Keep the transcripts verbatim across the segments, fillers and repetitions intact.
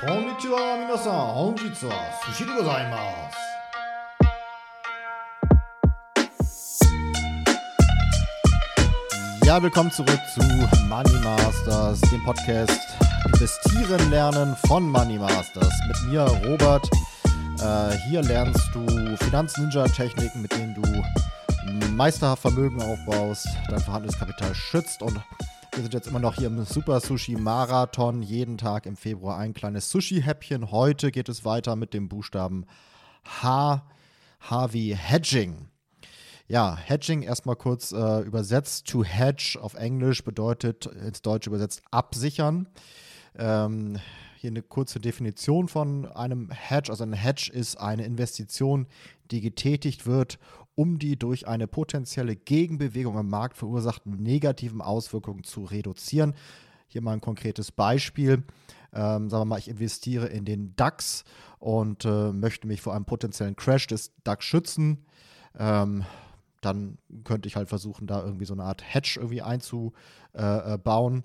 Konnichiwa, minasan. Honjitsu wa sushi de gozaimasu. Ja, willkommen zurück zu Money Masters, dem Podcast Investieren lernen von Money Masters. Mit mir, Robert. Äh, hier lernst du Finanz-Ninja-Techniken, mit denen du meisterhaft Vermögen aufbaust, dein vorhandenes Kapital schützt, und wir sind jetzt immer noch hier im Super Sushi Marathon. Jeden Tag im Februar ein kleines Sushi-Häppchen. Heute geht es weiter mit dem Buchstaben H. H wie Hedging. Ja, Hedging erstmal kurz äh, übersetzt. To hedge auf Englisch bedeutet ins Deutsche übersetzt absichern. Ähm, hier eine kurze Definition von einem Hedge. Also ein Hedge ist eine Investition, die getätigt wird, um die durch eine potenzielle Gegenbewegung am Markt verursachten negativen Auswirkungen zu reduzieren. Hier mal ein konkretes Beispiel. Ähm, sagen wir mal, ich investiere in den DAX und äh, möchte mich vor einem potenziellen Crash des DAX schützen. Ähm, dann könnte ich halt versuchen, da irgendwie so eine Art Hedge irgendwie einzubauen.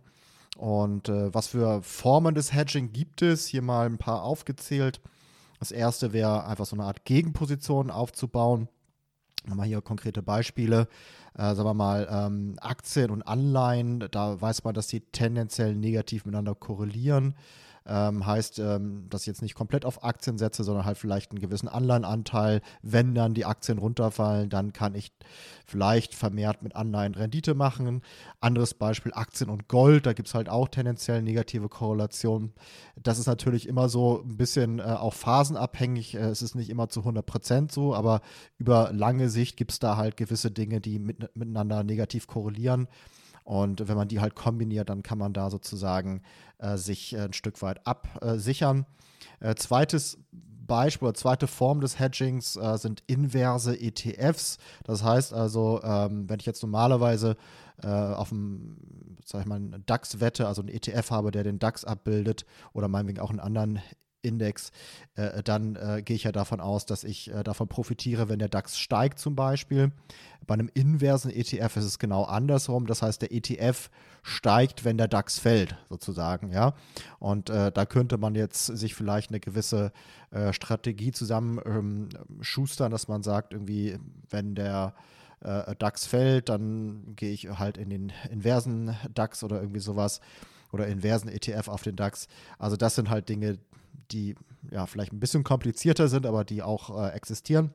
Und äh, was für Formen des Hedging gibt es? Hier mal ein paar aufgezählt. Das erste wäre einfach so eine Art Gegenposition aufzubauen. Nochmal hier konkrete Beispiele. Äh, sagen wir mal, ähm, Aktien und Anleihen, da weiß man, dass die tendenziell negativ miteinander korrelieren. Ähm, heißt, ähm, dass ich jetzt nicht komplett auf Aktien setze, sondern halt vielleicht einen gewissen Anleihenanteil. Wenn dann die Aktien runterfallen, dann kann ich vielleicht vermehrt mit Anleihen Rendite machen. Anderes Beispiel, Aktien und Gold, da gibt es halt auch tendenziell negative Korrelationen. Das ist natürlich immer so ein bisschen äh, auch phasenabhängig. Äh, es ist nicht immer zu hundert Prozent so, aber über lange Sicht gibt es da halt gewisse Dinge, die mit, miteinander negativ korrelieren. Und wenn man die halt kombiniert, dann kann man da sozusagen äh, sich äh, ein Stück weit absichern. Äh, zweites Beispiel oder zweite Form des Hedgings äh, sind inverse E T Fs. Das heißt also, ähm, wenn ich jetzt normalerweise äh, auf einem, sag ich mal, einen DAX wette, also einen E T F habe, der den DAX abbildet oder meinetwegen auch einen anderen Index, äh, dann äh, gehe ich ja davon aus, dass ich äh, davon profitiere, wenn der DAX steigt zum Beispiel. Bei einem inversen E T F ist es genau andersrum. Das heißt, der E T F steigt, wenn der DAX fällt, sozusagen, ja. Und äh, da könnte man jetzt sich vielleicht eine gewisse äh, Strategie zusammen ähm, schustern, dass man sagt, irgendwie, wenn der äh, DAX fällt, dann gehe ich halt in den inversen DAX oder irgendwie sowas oder inversen E T F auf den DAX. Also das sind halt Dinge, die ja vielleicht ein bisschen komplizierter sind, aber die auch äh, existieren.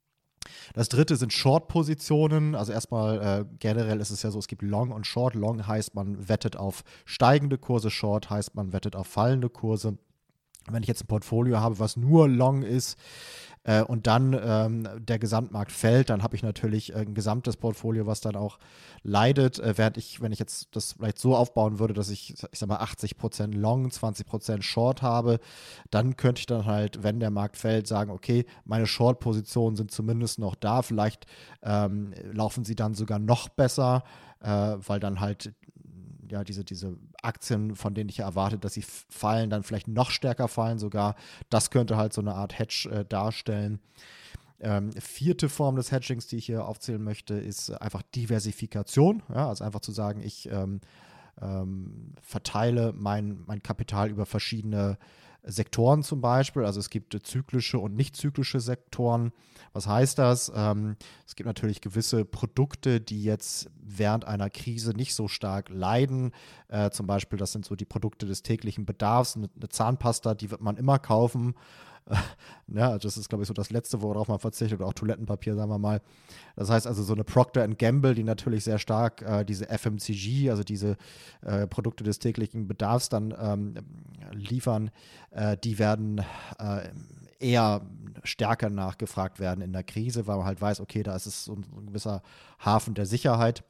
Das dritte sind Short-Positionen. Also erstmal äh, generell ist es ja so, es gibt Long und Short. Long heißt, man wettet auf steigende Kurse, Short heißt, man wettet auf fallende Kurse. Wenn ich jetzt ein Portfolio habe, was nur Long ist, äh, und dann ähm, der Gesamtmarkt fällt, dann habe ich natürlich äh, ein gesamtes Portfolio, was dann auch leidet, äh, während ich, wenn ich jetzt das vielleicht so aufbauen würde, dass ich, ich sag mal, achtzig Prozent Long, zwanzig Prozent Short habe, dann könnte ich dann halt, wenn der Markt fällt, sagen, okay, meine Short-Positionen sind zumindest noch da, vielleicht ähm, laufen sie dann sogar noch besser, äh, weil dann halt ja, diese, diese Aktien, von denen ich ja erwarte, dass sie fallen, dann vielleicht noch stärker fallen sogar. Das könnte halt so eine Art Hedge äh, darstellen. Ähm, vierte Form des Hedgings, die ich hier aufzählen möchte, ist einfach Diversifikation. Ja, also einfach zu sagen, ich ähm, ähm, verteile mein, mein Kapital über verschiedene Sektoren zum Beispiel. Also es gibt zyklische und nicht zyklische Sektoren. Was heißt das? Ähm, es gibt natürlich gewisse Produkte, die jetzt während einer Krise nicht so stark leiden. Äh, zum Beispiel, das sind so die Produkte des täglichen Bedarfs. Eine, eine Zahnpasta, die wird man immer kaufen. Ja, das ist, glaube ich, so das Letzte, worauf man verzichtet, oder auch Toilettenpapier, sagen wir mal. Das heißt also, so eine Procter and Gamble, die natürlich sehr stark äh, diese F M C G, also diese äh, Produkte des täglichen Bedarfs dann ähm, liefern, äh, die werden äh, eher stärker nachgefragt werden in der Krise, weil man halt weiß, okay, da ist es so ein, so ein gewisser Hafen der Sicherheit.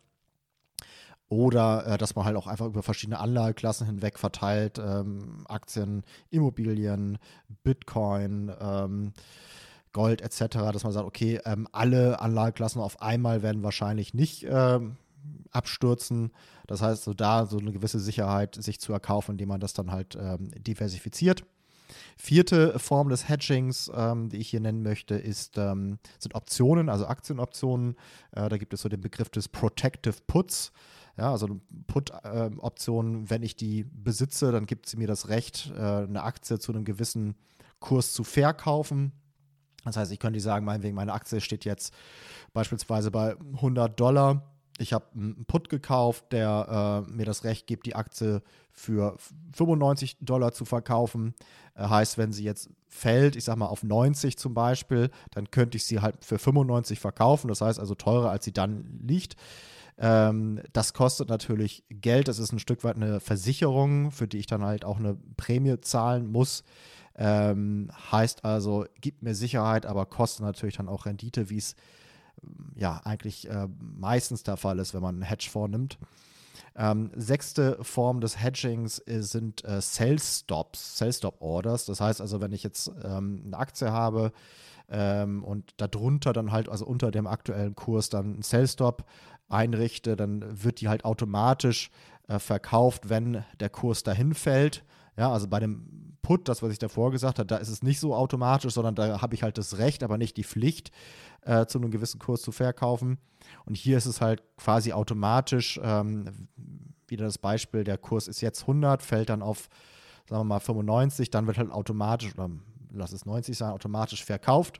Oder äh, dass man halt auch einfach über verschiedene Anlageklassen hinweg verteilt, ähm, Aktien, Immobilien, Bitcoin, ähm, Gold et cetera, dass man sagt, okay, ähm, alle Anlageklassen auf einmal werden wahrscheinlich nicht ähm, abstürzen. Das heißt, so da so eine gewisse Sicherheit sich zu erkaufen, indem man das dann halt ähm, diversifiziert. Vierte Form des Hedgings, ähm, die ich hier nennen möchte, ist, ähm, sind Optionen, also Aktienoptionen. Äh, da gibt es so den Begriff des Protective Puts. Ja, also eine Put-Option, wenn ich die besitze, dann gibt sie mir das Recht, eine Aktie zu einem gewissen Kurs zu verkaufen. Das heißt, ich könnte sagen, meinetwegen, meine Aktie steht jetzt beispielsweise bei hundert Dollar. Ich habe einen Put gekauft, der äh, mir das Recht gibt, die Aktie für fünfundneunzig Dollar zu verkaufen. Äh, heißt, wenn sie jetzt fällt, ich sag mal auf neunzig zum Beispiel, dann könnte ich sie halt für fünfundneunzig verkaufen. Das heißt also teurer, als sie dann liegt. Ähm, das kostet natürlich Geld. Das ist ein Stück weit eine Versicherung, für die ich dann halt auch eine Prämie zahlen muss. Ähm, heißt also, gibt mir Sicherheit, aber kostet natürlich dann auch Rendite, wie es ja eigentlich äh, meistens der Fall ist, wenn man einen Hedge vornimmt. Ähm, sechste Form des Hedgings ist, sind äh, Sales Stops, Sales Stop Orders. Das heißt also, wenn ich jetzt ähm, eine Aktie habe ähm, und darunter dann halt, also unter dem aktuellen Kurs dann einen Sales Stop einrichte, dann wird die halt automatisch äh, verkauft, wenn der Kurs dahin fällt. Ja, also bei dem Put, das, was ich davor gesagt habe, da ist es nicht so automatisch, sondern da habe ich halt das Recht, aber nicht die Pflicht, äh, zu einem gewissen Kurs zu verkaufen. Und hier ist es halt quasi automatisch, ähm, wieder das Beispiel, der Kurs ist jetzt hundert, fällt dann auf, sagen wir mal, fünfundneunzig, dann wird halt automatisch, oder lass es neunzig sein, automatisch verkauft.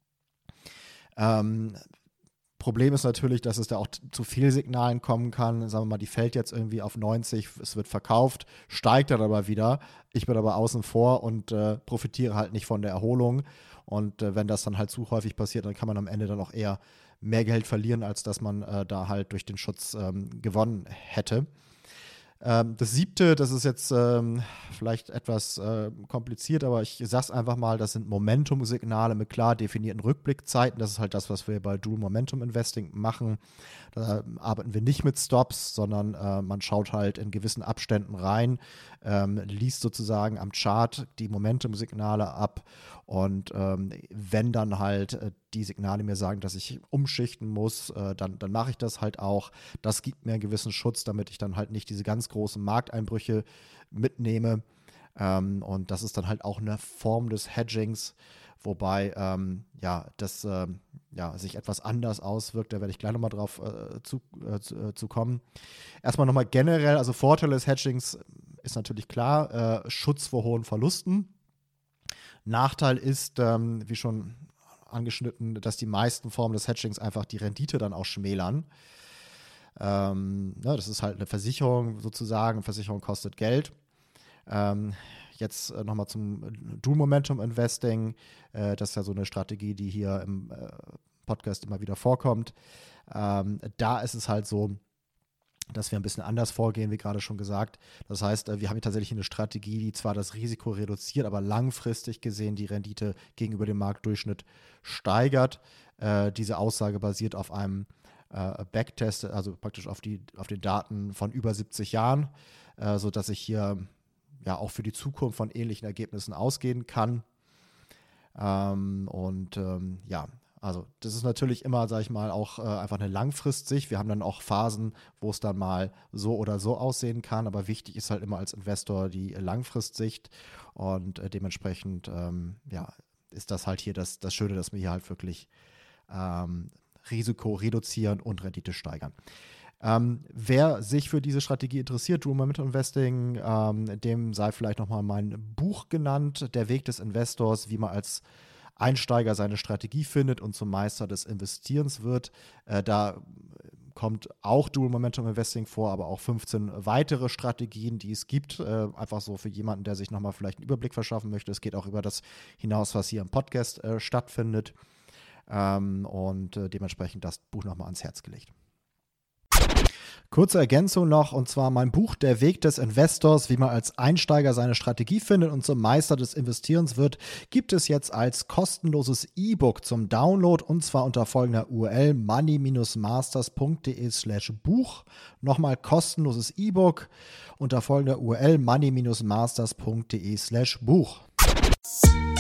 Ähm, Problem ist natürlich, dass es da auch zu Fehlsignalen kommen kann. Sagen wir mal, die fällt jetzt irgendwie auf neunzig, es wird verkauft, steigt dann aber wieder. Ich bin aber außen vor und äh, profitiere halt nicht von der Erholung. Und äh, wenn das dann halt zu häufig passiert, dann kann man am Ende dann auch eher mehr Geld verlieren, als dass man äh, da halt durch den Schutz ähm, gewonnen hätte. Ähm, das siebte, das ist jetzt ähm, vielleicht etwas äh, kompliziert, aber ich sage es einfach mal, das sind Momentum-Signale mit klar definierten Rückblickzeiten. Das ist halt das, was wir bei Dual Momentum Investing machen. Da arbeiten wir nicht mit Stops, sondern äh, man schaut halt in gewissen Abständen rein, ähm, liest sozusagen am Chart die Momentum-Signale ab und ähm, wenn dann halt äh, die Signale mir sagen, dass ich umschichten muss, äh, dann, dann mache ich das halt auch. Das gibt mir einen gewissen Schutz, damit ich dann halt nicht diese ganz großen Markteinbrüche mitnehme. Ähm, und das ist dann halt auch eine Form des Hedgings, wobei ähm, ja, das äh, ja, sich etwas anders auswirkt. Da werde ich gleich nochmal drauf äh, zu, äh, zu, äh, zu kommen. Erstmal nochmal generell, also Vorteile des Hedgings ist natürlich klar, äh, Schutz vor hohen Verlusten. Nachteil ist, ähm, wie schon angeschnitten, dass die meisten Formen des Hedgings einfach die Rendite dann auch schmälern. Ähm, ne, das ist halt eine Versicherung sozusagen. Versicherung kostet Geld. Ähm, jetzt äh, nochmal zum Dual Momentum Investing. Äh, das ist ja so eine Strategie, die hier im äh, Podcast immer wieder vorkommt. Ähm, da ist es halt so, dass wir ein bisschen anders vorgehen, wie gerade schon gesagt. Das heißt, wir haben hier tatsächlich eine Strategie, die zwar das Risiko reduziert, aber langfristig gesehen die Rendite gegenüber dem Marktdurchschnitt steigert. Äh, diese Aussage basiert auf einem äh, Backtest, also praktisch auf, die, auf den Daten von über siebzig Jahren, äh, sodass ich hier ja auch für die Zukunft von ähnlichen Ergebnissen ausgehen kann. Ähm, und ähm, ja, also das ist natürlich immer, sage ich mal, auch äh, einfach eine Langfristsicht. Wir haben dann auch Phasen, wo es dann mal so oder so aussehen kann, aber wichtig ist halt immer als Investor die Langfristsicht und äh, dementsprechend ähm, ja, ist das halt hier das, das Schöne, dass wir hier halt wirklich ähm, Risiko reduzieren und Rendite steigern. Ähm, wer sich für diese Strategie interessiert, Dual Momentum Investing, ähm, dem sei vielleicht nochmal mein Buch genannt, Der Weg des Investors, wie man als Einsteiger seine Strategie findet und zum Meister des Investierens wird. Äh, da kommt auch Dual Momentum Investing vor, aber auch fünfzehn weitere Strategien, die es gibt. Äh, einfach so für jemanden, der sich nochmal vielleicht einen Überblick verschaffen möchte. Es geht auch über das hinaus, was hier im Podcast äh, stattfindet. Ähm, und äh, dementsprechend das Buch nochmal ans Herz gelegt. Kurze Ergänzung noch, und zwar mein Buch Der Weg des Investors, wie man als Einsteiger seine Strategie findet und zum Meister des Investierens wird, gibt es jetzt als kostenloses E-Book zum Download und zwar unter folgender U R L money-masters.de slash Buch. Nochmal kostenloses E-Book unter folgender U R L money-masters.de slash Buch.